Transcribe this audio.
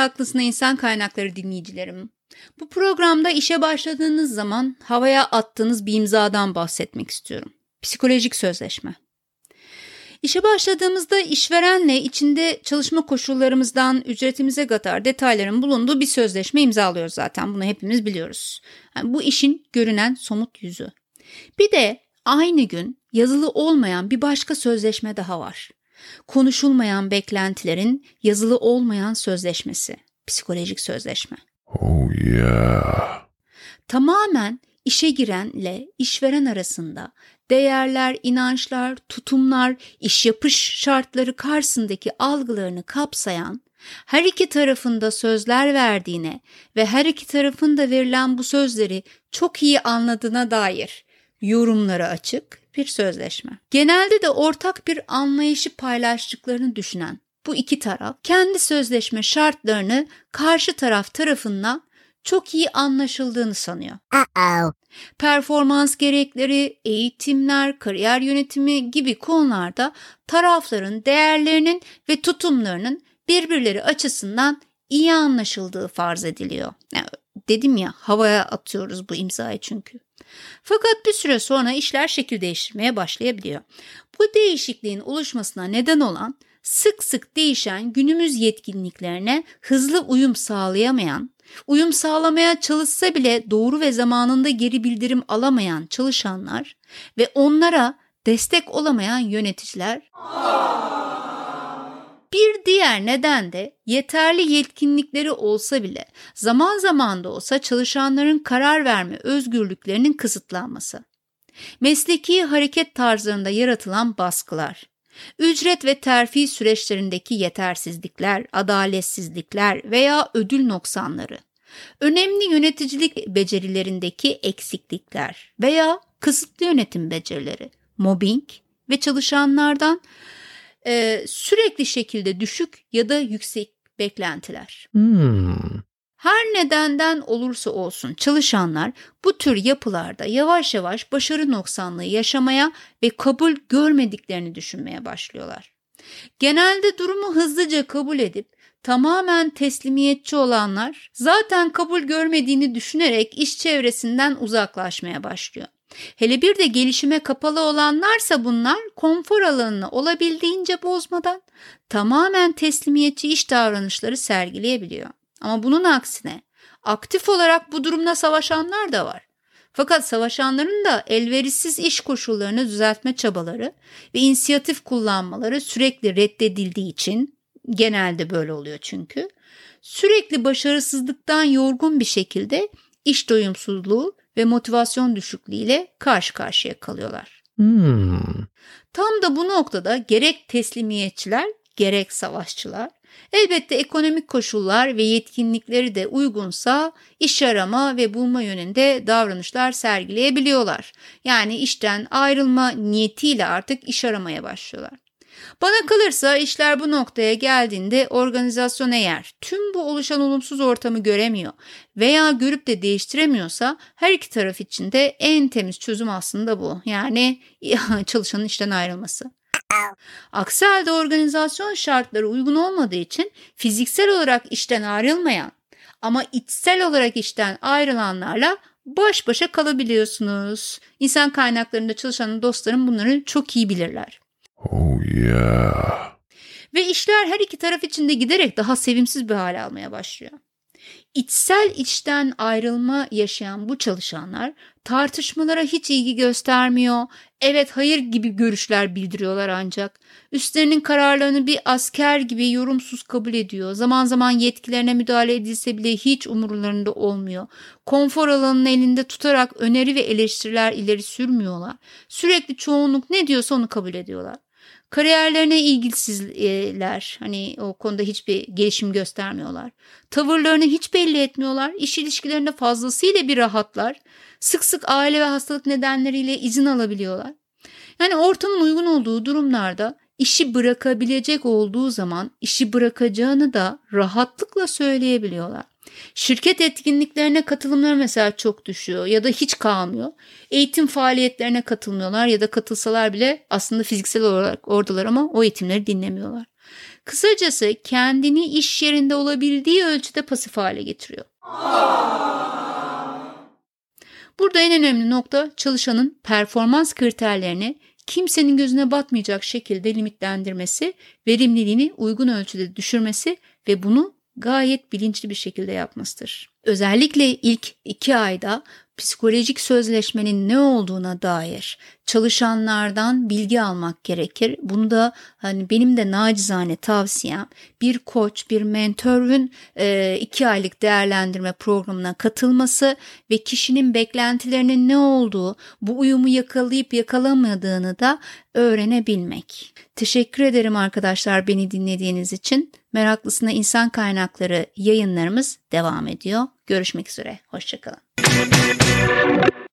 meraklısına insan kaynakları dinleyicilerim. Bu programda işe başladığınız zaman havaya attığınız bir imzadan bahsetmek istiyorum. Psikolojik sözleşme. İşe başladığımızda işverenle içinde çalışma koşullarımızdan ücretimize kadar detayların bulunduğu bir sözleşme imzalıyoruz zaten. Bunu hepimiz biliyoruz. Yani bu işin görünen somut yüzü. Bir de aynı gün yazılı olmayan bir başka sözleşme daha var. Konuşulmayan beklentilerin yazılı olmayan sözleşmesi. Psikolojik sözleşme. Oh yeah. Tamamen işe girenle işveren arasında değerler, inançlar, tutumlar, iş yapış şartları karşısındaki algılarını kapsayan, her iki tarafında sözler verdiğine ve her iki tarafın da verilen bu sözleri çok iyi anladığına dair yorumlara açık bir sözleşme. Genelde de ortak bir anlayışı paylaştıklarını düşünen bu iki taraf kendi sözleşme şartlarını karşı taraf tarafından çok iyi anlaşıldığını sanıyor. Performans gerekleri, eğitimler, kariyer yönetimi gibi konularda tarafların değerlerinin ve tutumlarının birbirleri açısından iyi anlaşıldığı farz ediliyor. Yani dedim ya, havaya atıyoruz bu imzayı çünkü. Fakat bir süre sonra işler şekil değiştirmeye başlayabiliyor. Bu değişikliğin oluşmasına neden olan sık sık değişen günümüz yetkinliklerine hızlı uyum sağlamaya çalışsa bile doğru ve zamanında geri bildirim alamayan çalışanlar ve onlara destek olamayan yöneticiler. Bir diğer neden de yeterli yetkinlikleri olsa bile zaman zaman da olsa çalışanların karar verme özgürlüklerinin kısıtlanması. Mesleki hareket tarzlarında yaratılan baskılar. Ücret ve terfi süreçlerindeki yetersizlikler, adaletsizlikler veya ödül noksanları, önemli yöneticilik becerilerindeki eksiklikler veya kısıtlı yönetim becerileri, mobbing ve çalışanlardan sürekli şekilde düşük ya da yüksek beklentiler. Her nedenden olursa olsun çalışanlar bu tür yapılarda yavaş yavaş başarı noksanlığı yaşamaya ve kabul görmediklerini düşünmeye başlıyorlar. Genelde durumu hızlıca kabul edip tamamen teslimiyetçi olanlar zaten kabul görmediğini düşünerek iş çevresinden uzaklaşmaya başlıyor. Hele bir de gelişime kapalı olanlarsa bunlar konfor alanını olabildiğince bozmadan tamamen teslimiyetçi iş davranışları sergileyebiliyor. Ama bunun aksine aktif olarak bu durumla savaşanlar da var. Fakat savaşanların da elverişsiz iş koşullarını düzeltme çabaları ve inisiyatif kullanmaları sürekli reddedildiği için, genelde böyle oluyor çünkü, sürekli başarısızlıktan yorgun bir şekilde iş doyumsuzluğu ve motivasyon düşüklüğüyle karşı karşıya kalıyorlar. Tam da bu noktada gerek teslimiyetçiler gerek savaşçılar, elbette ekonomik koşullar ve yetkinlikleri de uygunsa iş arama ve bulma yönünde davranışlar sergileyebiliyorlar. Yani işten ayrılma niyetiyle artık iş aramaya başlıyorlar. Bana kalırsa işler bu noktaya geldiğinde organizasyon eğer tüm bu oluşan olumsuz ortamı göremiyor veya görüp de değiştiremiyorsa her iki taraf için de en temiz çözüm aslında bu. Yani çalışanın işten ayrılması. Aksi halde organizasyon şartları uygun olmadığı için fiziksel olarak işten ayrılmayan ama içsel olarak işten ayrılanlarla baş başa kalabiliyorsunuz. İnsan kaynaklarında çalışan dostlarım bunları çok iyi bilirler. Oh yeah. Ve işler her iki taraf için de giderek daha sevimsiz bir hale almaya başlıyor. İçsel içten ayrılma yaşayan bu çalışanlar tartışmalara hiç ilgi göstermiyor. Evet, hayır gibi görüşler bildiriyorlar ancak. Üstlerinin kararlarını bir asker gibi yorumsuz kabul ediyor. Zaman zaman yetkilerine müdahale edilse bile hiç umurlarında olmuyor. Konfor alanını elinde tutarak öneri ve eleştiriler ileri sürmüyorlar. Sürekli çoğunluk ne diyorsa onu kabul ediyorlar. Kariyerlerine ilgisizler. Hani o konuda hiçbir gelişim göstermiyorlar. Tavırlarını hiç belli etmiyorlar. İş ilişkilerinde fazlasıyla bir rahatlar. Sık sık aile ve hastalık nedenleriyle izin alabiliyorlar. Yani ortamın uygun olduğu durumlarda işi bırakabilecek olduğu zaman işi bırakacağını da rahatlıkla söyleyebiliyorlar. Şirket etkinliklerine katılımları mesela çok düşüyor ya da hiç kalmıyor. Eğitim faaliyetlerine katılmıyorlar ya da katılsalar bile aslında fiziksel olarak oradalar ama o eğitimleri dinlemiyorlar. Kısacası kendini iş yerinde olabildiği ölçüde pasif hale getiriyor. Burada en önemli nokta çalışanın performans kriterlerini kimsenin gözüne batmayacak şekilde limitlendirmesi, verimliliğini uygun ölçüde düşürmesi ve bunu gayet bilinçli bir şekilde yapmasıdır. Özellikle ilk 2 ayda psikolojik sözleşmenin ne olduğuna dair çalışanlardan bilgi almak gerekir. Bunu da benim de nacizane tavsiyem bir koç, bir mentörün 2 aylık değerlendirme programına katılması ve kişinin beklentilerinin ne olduğu, bu uyumu yakalayıp yakalamadığını da öğrenebilmek. Teşekkür ederim arkadaşlar beni dinlediğiniz için. Meraklısına İnsan Kaynakları yayınlarımız devam ediyor. Görüşmek üzere. Hoşça kalın.